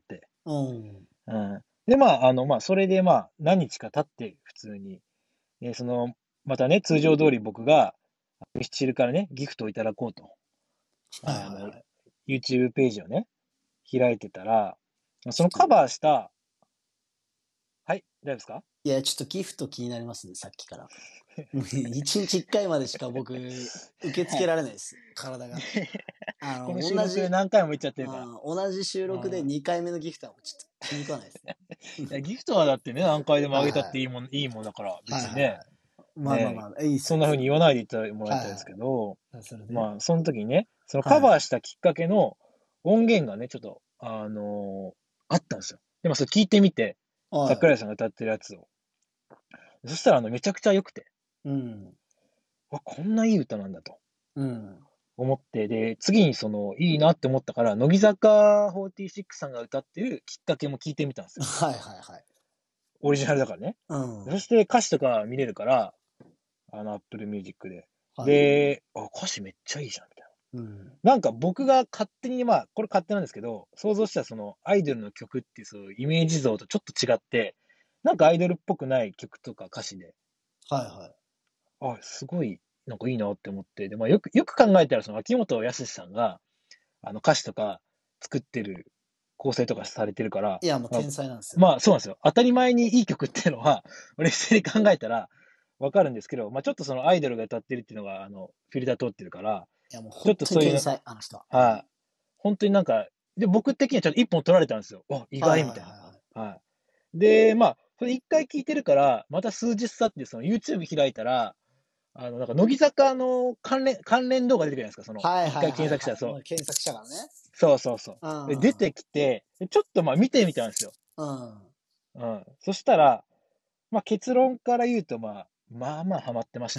うん。 うん。で、まあ、あの、まあ、それでまあ、何日か経って、普通に、えーその、またね、通常通り僕が、ミスチルからね、ギフトをいただこうと、 はいあの、 はいはい。 YouTube ページをね、開いてたら、そのカちょっと、 バーした、はい、大丈夫ですか？ いや、ちょっとギフト気になりますね、さっきから。もう一日一回までしか僕、受け付けられないです。体が。あこのの、 収録で同じ、 何回も言っちゃってるから。 あ同じ収録でうん。 にかいめのギフトはちょっと気に食わないですね。 いや、ギフトはだってね、何回でもあげたっはいはい。 ていいもん、いいもんだから、 はい別にね、 はいはい。まあまあね、 まあ、いいっすよ、いいっすよ。 そんな風に言わないで言ってもらいたいですはいはい。 けど、 あそれでまあ、その時にね、そのカバーはい。 したきっかけの音源がね、ちょっと、あのーあったんですよ。でもそれ聞いてみて、 は桜井さんが歌ってるやつを。そしたら、あの、めちゃくちゃ良くて、 い。うん。 わ、こんないい歌なんだとうん。 思って、で、次にその、いいなって思ったから、乃木坂フォーティーシックスさんが歌ってるきっかけも聞いてみたんですよ。 はいはいはい。 オリジナルだからね。 うん。はいそして歌詞とか見れるから、あの、Apple Music で。 はい。 で、あ、歌詞めっちゃいいじゃん、みたいうん。 な。なんか僕が勝手に、まあ、これ勝手なんですけど、想像したそのアイドルの曲っていうそういうイメージ像とちょっと違って、なんかアイドルっぽくない曲とか歌詞で、 はいはい。 あ、すごい、なんかいいなって思って、で、まあよく、よく考えたらその秋元康さんが、あの歌詞とか作ってる構成とかされてるから、 いや、もうまあ、 天才なんですよ。 まあそうなんですよ。当たり前にいい曲っていうのは、冷静に考えたらわかるんですけど、まあちょっとそのアイドルが歌ってるっていうのが、あの、フィルター通ってるから、 いや、もうちょ本っとそういうの、 当に天才、あの人は。うん。 はい、本当になんか、で、僕的にはちょっと一本取られたんですよ。あ、意はいはい外みたいな。 はいはい。 はい。で、まあ、それ一回聞いてるから、また数日経ってその YouTube 開いたら、あの、なんか、乃木坂の関連、関連動画出てくるじゃないですか、その、 はいはい一回はいはい。 検索したら、そう。 もう検索したからね。 そうそうそう。 うん。 で出てきて、でちょっとまあ見てみたんですよ。 うん。 うん。そしたら、まあ結論から言うと、まあ、まあまあハマってまして。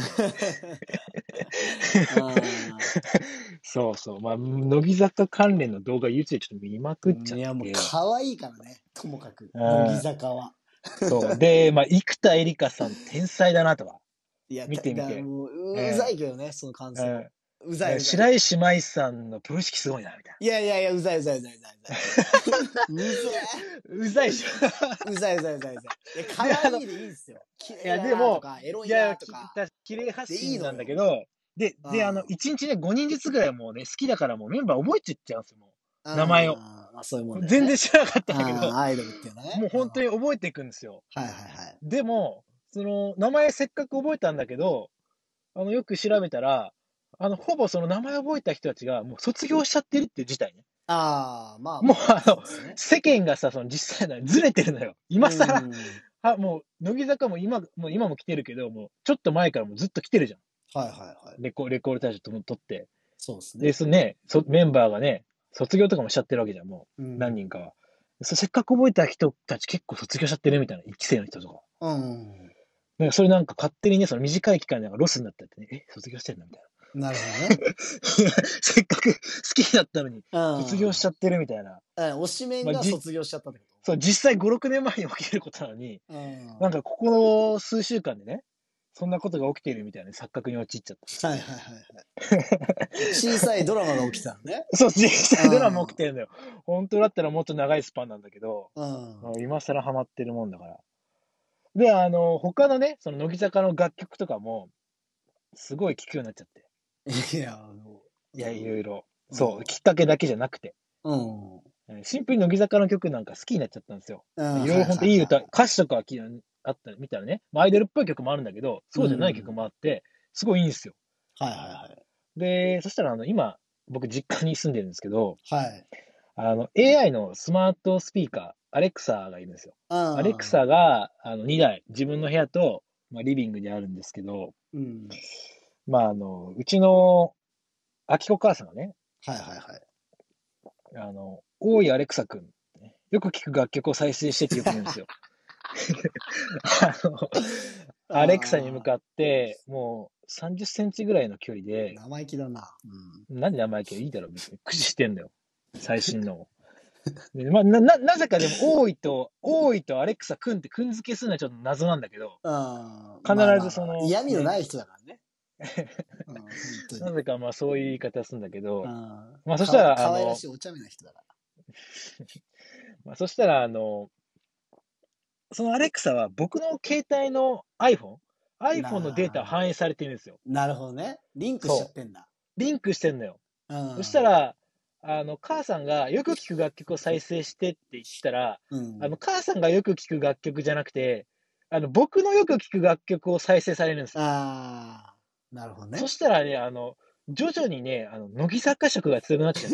あそうそう。まあ、乃木坂関連の動画 YouTube でちょっと見まくっちゃっーいや、もうて、 可愛いからね。ともかく。乃木うん。 坂は。 そう。で、まあ、生田絵梨花さん天才だなとか、 いや、だ、 見てみて。 だもう、うざえいけどね、その感え想。うざええいうざい。 白石麻衣さんのプロ意識すごいな、みたいいやいやいや、うざいうざいうざいうざいうざい。うぜな。うざいでしょ。 え。うざいうざいうざいうざい。いや、可で、あの、 愛いでいいんすよ。綺いや、 麗だでも、 なとか、エロいいや、き、 なとか。 た綺麗発でいい信なんだのよ。 けど、で、で、あの、 うん。 いちにちね、ごにんずつぐらいもうね、好きだからもうメンバー覚えちゃっちゃうんですよ、もうん。 う。名前を。 まあ、そういうもんだよ全然ね。 知らなかっうん。 たんだけど、 アイドルっていうのはね。 もううん。 本当に覚えていくんですよ。 はいはいはい。 でも、その、名前せっかく覚えたんだけど、あの、よく調べたら、あの、ほぼその名前覚えた人たちがもう卒業しちゃってるっていう事態ね。 ああ、まあもうまあまあ、 あの、 そうですね。 世間がさ、その実際のずれてるのよ。 う今更、 ん。 あ、もう、乃木坂も今、もう今も来てるけど、もう、ちょっと前からもうずっと来てるじゃん。 はいはいはい。 レコ、レコール大賞とも取って。で、 そうですね。 そね、そ、メンバーがね、卒業とかもしちゃってるわけじゃん、もう。何うん。 人かは。そせっかく覚えた人たち結構卒業しちゃってるみたいな、一期生の人とか。 うん。 なんかそれなんか勝手にね、その短い期間でなんかロスになったってね、え、卒業してんのみたいな。 なるほどね。 せっかく好きだったのに、 うん。 卒業しちゃってるみたいな。 うん、推しメンまあ、じ、 が卒業しちゃったってこそう、実際ご、ろくねんまえに起きてることなのに、 と？うん。はなんかここの数週間でね、そんなことが起きているみたいな錯覚に陥っちゃっいはいはいはい。小さいドラマが起きたのね。 た。そう、実際ドラマうん。 起きてるんだよ。本当だったらもっと長いスパンなんだけど、 うん。 今更ハマってるもんだから。で、あの、他のね、その乃木坂の楽曲とかも、すごい聴くようになっちゃって。 いや、あの、 いや、いろいろ。 うそう、 ん。 きっかけだけじゃなくて。 うん。うん。 シンプルに乃木坂の曲なんか好きになっちゃったんですよ。 はいはいいろいろ本当いい歌、 は歌詞とかきあった見たらね、まあアイドルっぽい曲もあるんだけど、 い。うそうじゃない曲ん。 もあって、すごいいいんですよ。 はいはいはい。 で、そしたらあの、今、僕実家に住んでるんですけど、 はい。 あの、エーアイ のスマートスピーカー、アレクサがいるんですよ。アレクああ。 サが、あの、にだい、自分の部屋と、まあ、リビングにあるんですけど、 うん。 まあ、あの、うちの、あきこ母さんがね、 はいはいはい。 あの、おいアレクサくん、よく聞く楽曲を再生してってよく言うんですよ。あの、アレクサに向ああ。 かって、もうさんじゅっセンチぐらいの距離で、 生意気だな。うん。 なんで生意気いいだろ、別に。駆使してんだよ。最新のを。でまあ、な、な、なぜかでも、多いと、多いとアレクサくんってくん付けするのはちょっと謎なんだけど、 ああ。 必まあまあまあ。 ずその、 嫌味のね、 ない人だからね。うん、本当に。 なぜかまあそういう言い方するんだけど、 ああ。 まあそしたかわ、 ら、あの、 可愛らしいお茶目な人だかまあ、そしたら、あの、そのアレクサは僕の携帯の iPhone、iPhone のデータを反映されてるんですよ。 なるほどね。リンクしちゃってんだ。 リンクしてんのよ。 うん。 そしたら、あの、母さんがよく聴く楽曲を再生してって言ったら、うん、あの、母さんがよく聴く楽曲じゃなくて、あの、僕のよく聴く楽曲を再生されるんですよ。 ああ、なるほどね。 そしたらね、あの、徐々にね、あの、乃木坂色が強くなっちゃって。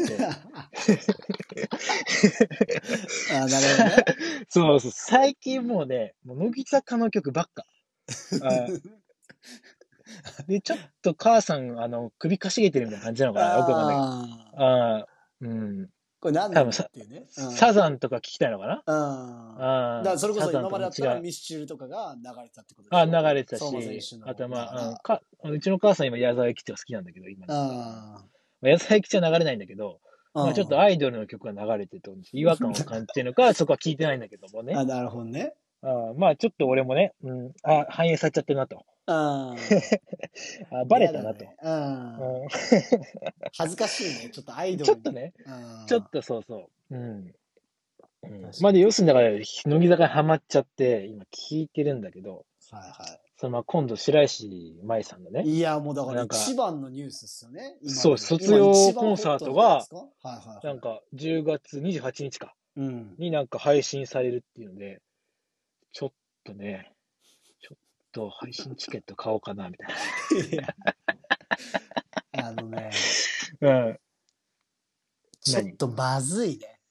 ああ、なるほどね。 そうそう、最近もうね、もう乃木坂の曲ばっか。あで、ちょっと母さん、あの、首かしげてるみたいな感じなのかな、よくわかんないけど。ああ、うん。 これ何なんだっていうね。 サザンとか聞きたいのかな。 ああ。だからそれこそ今までだったらミスチルとかが流れてたってことでしょ。 ああ、流れてたし、あとまあ、かうちの母さん今矢沢永吉が好きなんだけど、今ああ。矢沢永吉は流れないんだけど、まあちょっとアイドルの曲が流れてると違和感を感じてるのか、そこは聞いてないんだけどもね。 あ、なるほどね。 あまあちょっと俺もね、うん、あ、反映されちゃってるなと。ああバレたなと。ね、 うん、恥ずかしいね、ちょっとアイドルちょっとね、ちょっとそうそう。うん。うん、まあで、要するにだから、乃木坂にハマっちゃって、今聞いてるんだけど、 はいはい。 そのまあ今度、白石麻衣さんのね。 いや、もうだから一番のニュースですよね。 そう、卒業コンサートが、なんかじゅうがつにじゅうはちにちか、うん、になんか配信されるっていうので、ちょっとね、ちょっと配信チケット買おうかな、みたいな。 あのね、 うん。 ちょっとまずいね。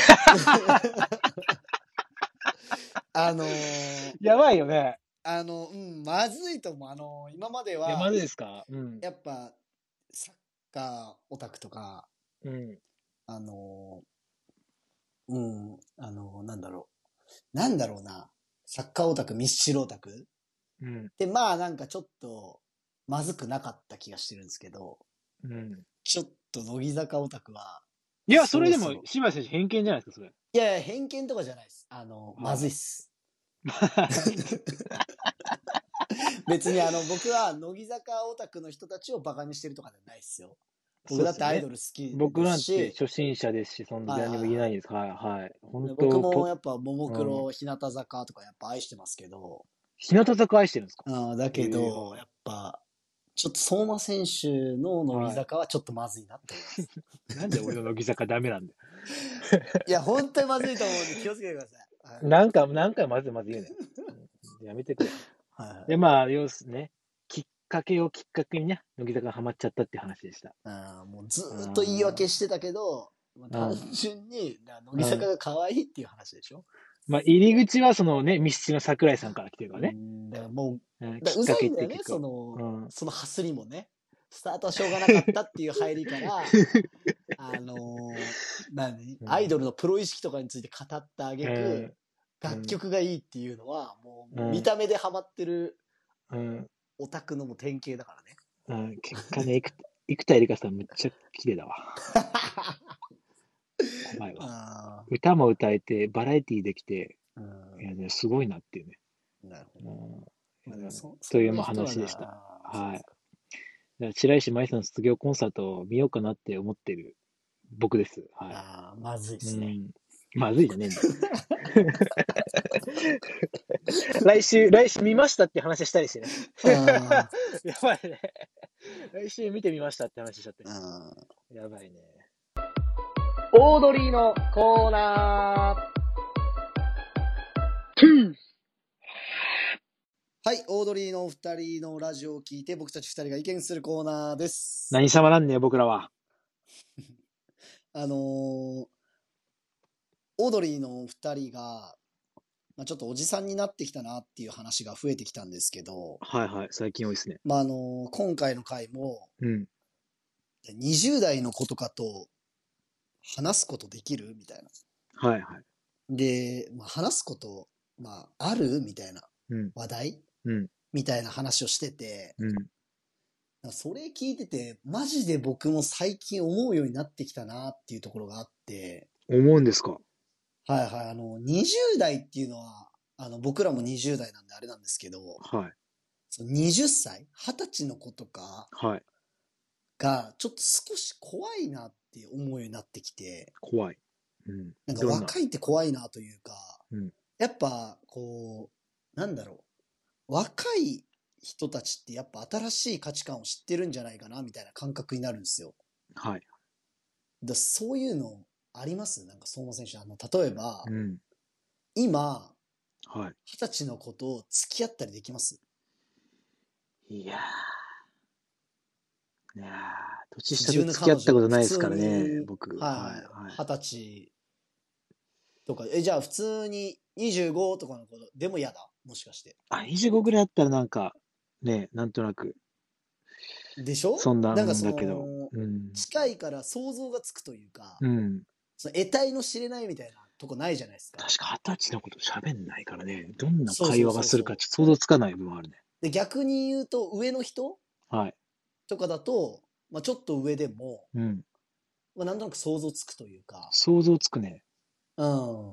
あのー、 やばいよね。 あの、うん、まずいと思う。あのー、今までは、 いや、まずいですか、うん、 やっぱ、サッカーオタクとか、 うん、 あのー、うん、あのー、なんだろう。なんだろうな。サッカーオタク、ミスチルオタク、うん、で、まあなんかちょっと、まずくなかった気がしてるんですけど、うん、ちょっと乃木坂オタクは、 いや、それでも、柴田選手偏見じゃないですか、それ。 いやいや、偏見とかじゃないです。あの、まずいっす。別にあの、僕は乃木坂オタクの人たちをバカにしてるとかじゃないっすよ。僕だってアイドル好きですし。 僕なんて初心者ですし、そんな何も言えないです。はいはい。 本当僕もやっぱ、ももクロ、日向坂とかやっぱ愛してますけど。 日向坂愛してるんですか？ ああ、だけど、やっぱ、ちょっと相馬選手の乃木坂はちょっとまずいなって思います。 なんで俺の乃木坂ダメなんだよ。 いや、本当にまずいと思うんで気をつけてください。 はい、なんか、何回まずいまずい言うね。やめてくれ。はいはい、で、まあ、要するにね、きっかけをきっかけにね、乃木坂がハマっちゃったっていう話でした。 ああ、もうずっと言い訳してたけど、まあ、単純に乃木坂が可愛いっていう話でしょ。 まあ、入り口はそのね、ミスチの桜井さんから来てるからね。 だからもう、うん、だうざいんだよね、その、うん、そのハスりもね。スタートはしょうがなかったっていう入りから、あのー、何、うん、アイドルのプロ意識とかについて語ったあげく、うん、楽曲がいいっていうのは、もう、見た目でハマってる、オタクのも典型だからね。うん、結果ね、生田絵梨花さんめっちゃ綺麗だわ。怖いわ。歌も歌えて、バラエティーできて、うん、いやね、すごいなっていうね。なるほど。うん、という話でした。はい。白石麻衣さんの卒業コンサートを見ようかなって思ってる僕です。はい、 ああ、まずいですね。うん、 まずいじゃねえんだよ。来週、来週見ましたって話したりしてね。やばいね。来週見てみましたって話しちゃって。やばいね。 オードリーのコーナー。 はい、オードリーのお二人のラジオを聞いて僕たち二人が意見するコーナーです。 何様なんねよ、僕らは。 あのー、オードリーの二人が、まあ、ちょっとおじさんになってきたなっていう話が増えてきたんですけど。 はいはい、最近多いですね。 まあ、あのー、今回の回も、うん、にじゅう代の子とかと話すことできるみたいな。 はいはい。 で、まあ、話すこと、まあ、あるみたいな話題、うん、みたいな話をしてて、うん、それ聞いてて、マジで僕も最近思うようになってきたなっていうところがあって。 思うんですか？ はいはい。あの、にじゅう代っていうのは、あの、僕らもにじゅう代なんであれなんですけど、はい。そのはたち、はたちの子とか、はい。が、ちょっと少し怖いなって思うようになってきて。 怖い。 うん、 なんか若いって怖いなというか、 うん、 やっぱこう、なんだろう、若い人たちってやっぱ新しい価値観を知ってるんじゃないかなみたいな感覚になるんですよ。 はい。 だそういうのありますなんか相馬選手。あの、例えば、 うん、 今、 はい。 二十歳の子と付き合ったりできます？ いやー。いやー、年下と付き合ったことないですからね、僕。 はいはい。二十歳とか、え、じゃあ普通ににじゅうごとかの子でも嫌だもしかして。 あ、にじゅうごぐらいあったらなんか、ね、なんとなく。 でしょ？ そんななんかそだけど。 の、 うん、 近いから想像がつくというか、 うん。 その得体の知れないみたいなとこないじゃないですか。 確か二十歳のこと喋んないからね、どんな会話がするかちょっと想像つかない部分あるね。 で、逆に言うと上の人はい。 とかだと、まあちょっと上でも、 うん。 まあなんとなく想像つくというか。 想像つくね。 うん。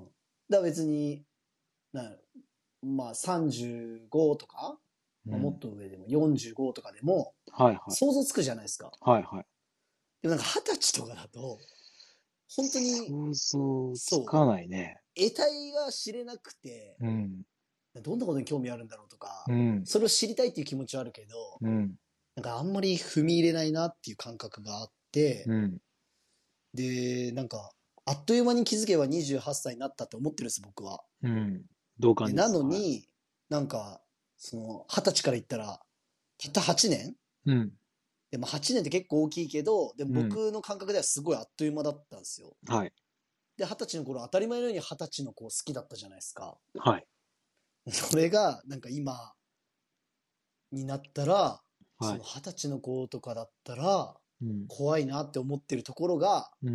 だから別に、なまあさんじゅうごとか、まあ、もっと上でもよんじゅうごとかでも、 はいはい。 想像つくじゃないですか。 はいはい。 でもなんか二十歳とかだと、本当に、 想像つかないね。 得体が知れなくて、 うん。 どんなことに興味あるんだろうとか、 うん、 それを知りたいっていう気持ちはあるけど、 うん、 なんかあんまり踏み入れないなっていう感覚があって、 うん、 で、なんか、あっという間に気づけばにじゅうはっさいになったって思ってるんです、僕は。 うん。同感です。 でなのに、 はい、 なんか、その、二十歳から言ったら、たったはちねんうん。 でもはちねんって結構大きいけど、でも僕の感覚ではすごいあっという間だったんですよ。 はい。 で、二十歳の頃当たり前のように二十歳の子好きだったじゃないですか。 はい。 それが、なんか今になったら、はい、その二十歳の子とかだったら、怖いなって思ってるところが、うん、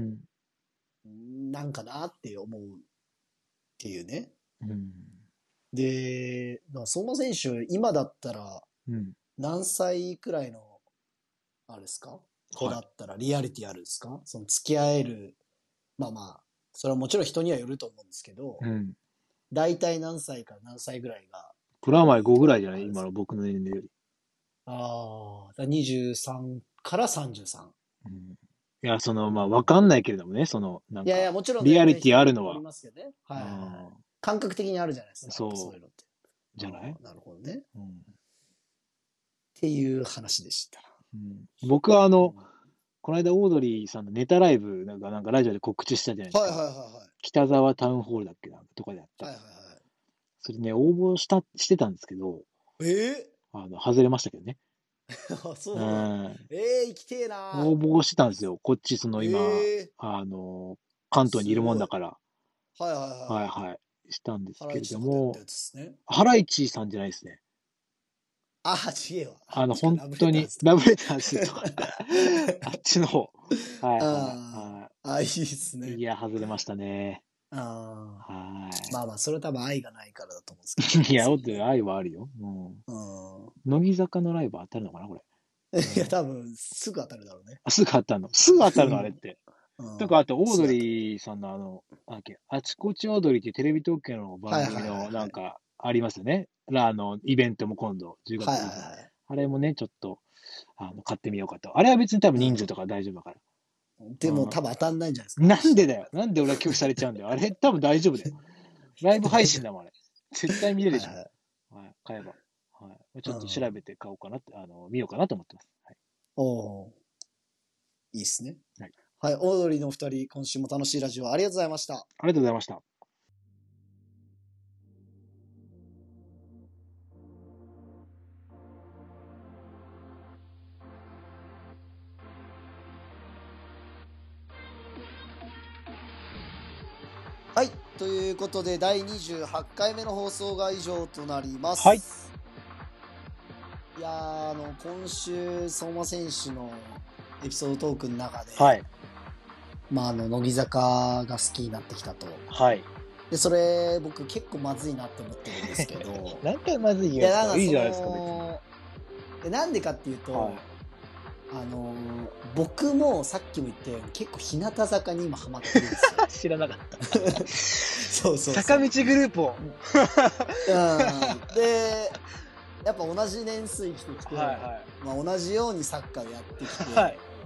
なんかなって思うっていうね。うん、で、相馬選手、今だったら、何歳くらいの、あれですか？子だったらリアリティあるんですか？はい、その付き合える、まあまあ、それはもちろん人にはよると思うんですけど、うん、大体何歳から何歳ぐらいが。 プラマイごぐらいじゃない今の僕の年齢より。 ああ、にじゅうさんからさんじゅうさん。 うん、いや、その、まあ、わかんないけれどもね、その、なんか、いやいや、 もちろんリアリティあるのは。 ありますよね。はいはいはい。感覚的にあるじゃないですか。そう。そういうのって。 じゃない？ なるほどね。うん、っていう話でした。 うん、僕はあの、うん、この間オードリーさんのネタライブなんか、なんかラジオで告知したじゃないですか。はいはいはいはい。北沢タウンホールだっけな、とかでやった。はいはいはい。それね、応募した、してたんですけど、 えー、 あの、外れましたけどね。 あ、そうなんだ。ええー、行きてえな。 応募してたんですよ。こっち、その今、えー、あの、関東にいるもんだから。 はいはいはい。 はいはい。したんですけれども、 ハライチさんじゃないですね。 あ、違えわ。 あの、本当に、ラブレターズとか、あっちの方。はいはい。 あ、いいですね。 いや、外れましたね。 ああ。はい。まあまあ、それは多分愛がないからだと思うんですけど。いや、おって愛はあるよ。うん。乃木坂のライブ当たるのかな、これ。 いや、多分、すぐ当たるだろうね。 あ、すぐ当たるのすぐ当たるのあれって。とか、あと、オードリーさんのあの、なんだっけ、あちこちオードリーっていうテレビ東京の番組のなんか、ありますよね。あの、イベントも今度、じゅうがつに。あれもね、ちょっと、あの、買ってみようかと。あれは別に多分人数とか大丈夫だから。 でも多分当たんないんじゃないですか。 なんでだよ。なんで俺は拒否されちゃうんだよ。あれ多分大丈夫だよ。ライブ配信だもん、あれ。絶対見れるでしょ。はい、はい。買えば。はい。ちょっと調べて買おうかなって、あの、見ようかなと思ってます。はい。 おー。いいっすね。はい。はい。オードリーのお二人、今週も楽しいラジオありがとうございました。ありがとうございました。 はい。ということで、だいにじゅうはちかいめの放送が以上となります。 はい。 いやー、あの、今週、相馬選手のエピソードトークの中で、 はい。 まあ、あの、乃木坂が好きになってきたと。 はい。 で、それ、僕結構まずいなって思ってるんですけど。 なんかまずいよ。いや、なんかいいじゃないですか、別に。 なんでかっていうと、はい、あの僕もさっきも言ったように結構日向坂に今ハマってるんですよ。 知らなかった。 そうそうそう。 坂道グループを。 うん、で、やっぱ同じ年数生きてきて、はいはい、まあ、同じようにサッカーをやってきて、はい、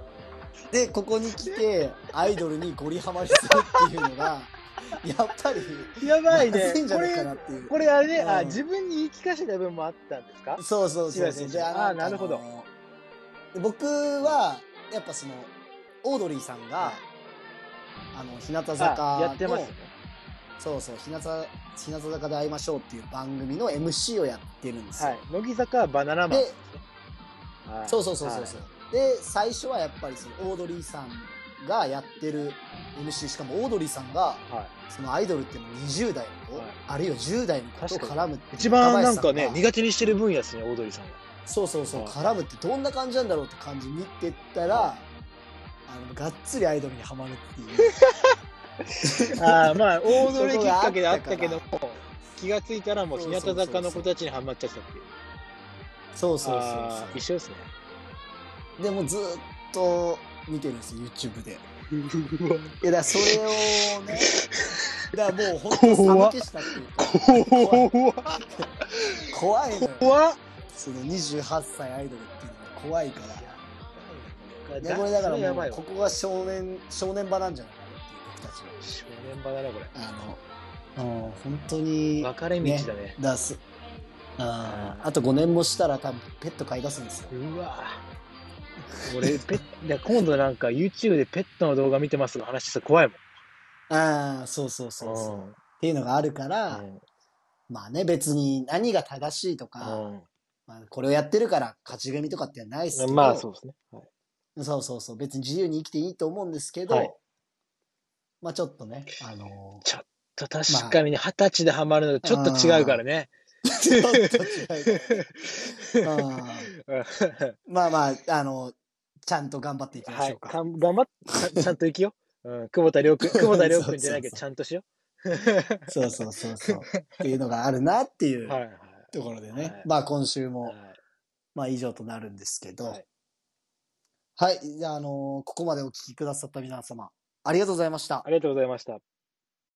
で、ここに来て、アイドルにゴリハマりするっていうのが、やっぱり、 やばいね。 まずいんじゃないかなっていう。 これ、これあれね、 うん、 あ、自分に言い聞かせた分もあったんですか？ そうそうそうそう。 で、ああ、なるほど。 僕は、やっぱその、オードリーさんが、あの、日向坂の、 やってますね。 そうそう、日向、日向坂で会いましょうっていう番組の エムシー をやってるんですよ。 はい。乃木坂はバナナマンですね。 はい、そうそうそうそうそう、はい。で、最初はやっぱりその、オードリーさんがやってる エムシー、しかもオードリーさんが、はい、そのアイドルっていうのにじゅう代の子、はい、あるいはじゅう代の子と絡むって。 一番なんかね、苦手にしてる分野ですね、オードリーさんは。 そうそうそう、はい、絡むってどんな感じなんだろうって感じ見てったら、はい、あの、がっつりアイドルにハマるっていう。 ああ、まあ、オードリーきっかけであったけども、気がついたらもう日向坂の子たちにハマっちゃったっていう。 そうそうそうそう。 一緒ですね。 でもずっと見てるんですよ、YouTube で。いや、だからそれをね、だからもう本当に寒気したっていうか、怖, 怖いのよ。 怖っ。 そのにじゅうはっさいアイドルっていうのが怖いから。で、これだからもう、ここが少年、少年場なんじゃないかなっていう、僕たちは。 少年場だね、これ。 あの、うん、本当に、 分かれ道だね。 出す。ああとごねんもしたら多分ペット飼い出すんですよ。 うわ俺ペッ今度なんか YouTube でペットの動画見てますの話して怖いもん。 ああ、そうそうそうそう。っていうのがあるから、うん、まあね、別に何が正しいとか、うん、まあ、これをやってるから勝ち組とかってないですけど、 まあそうですね。はい、 そうそうそう。別に自由に生きていいと思うんですけど、はい、まあちょっとね、あのー、 ちょっと確かに二十歳でハマるのとちょっと違うからね。 ちょっと違うから。まあまあ、あの、ちゃんと頑張っていきましょうか。 はい、頑張っちゃんといきよ。うん、久保田涼君、久保田涼君じゃないけど、ちゃんとしよう。そうそうそうそう。っていうのがあるなっていうところでね。はいはい、まあ今週も、はい、まあ以上となるんですけど。はい。はい、じゃあ、あのー、ここまでお聞きくださった皆様、ありがとうございました。 ありがとうございました。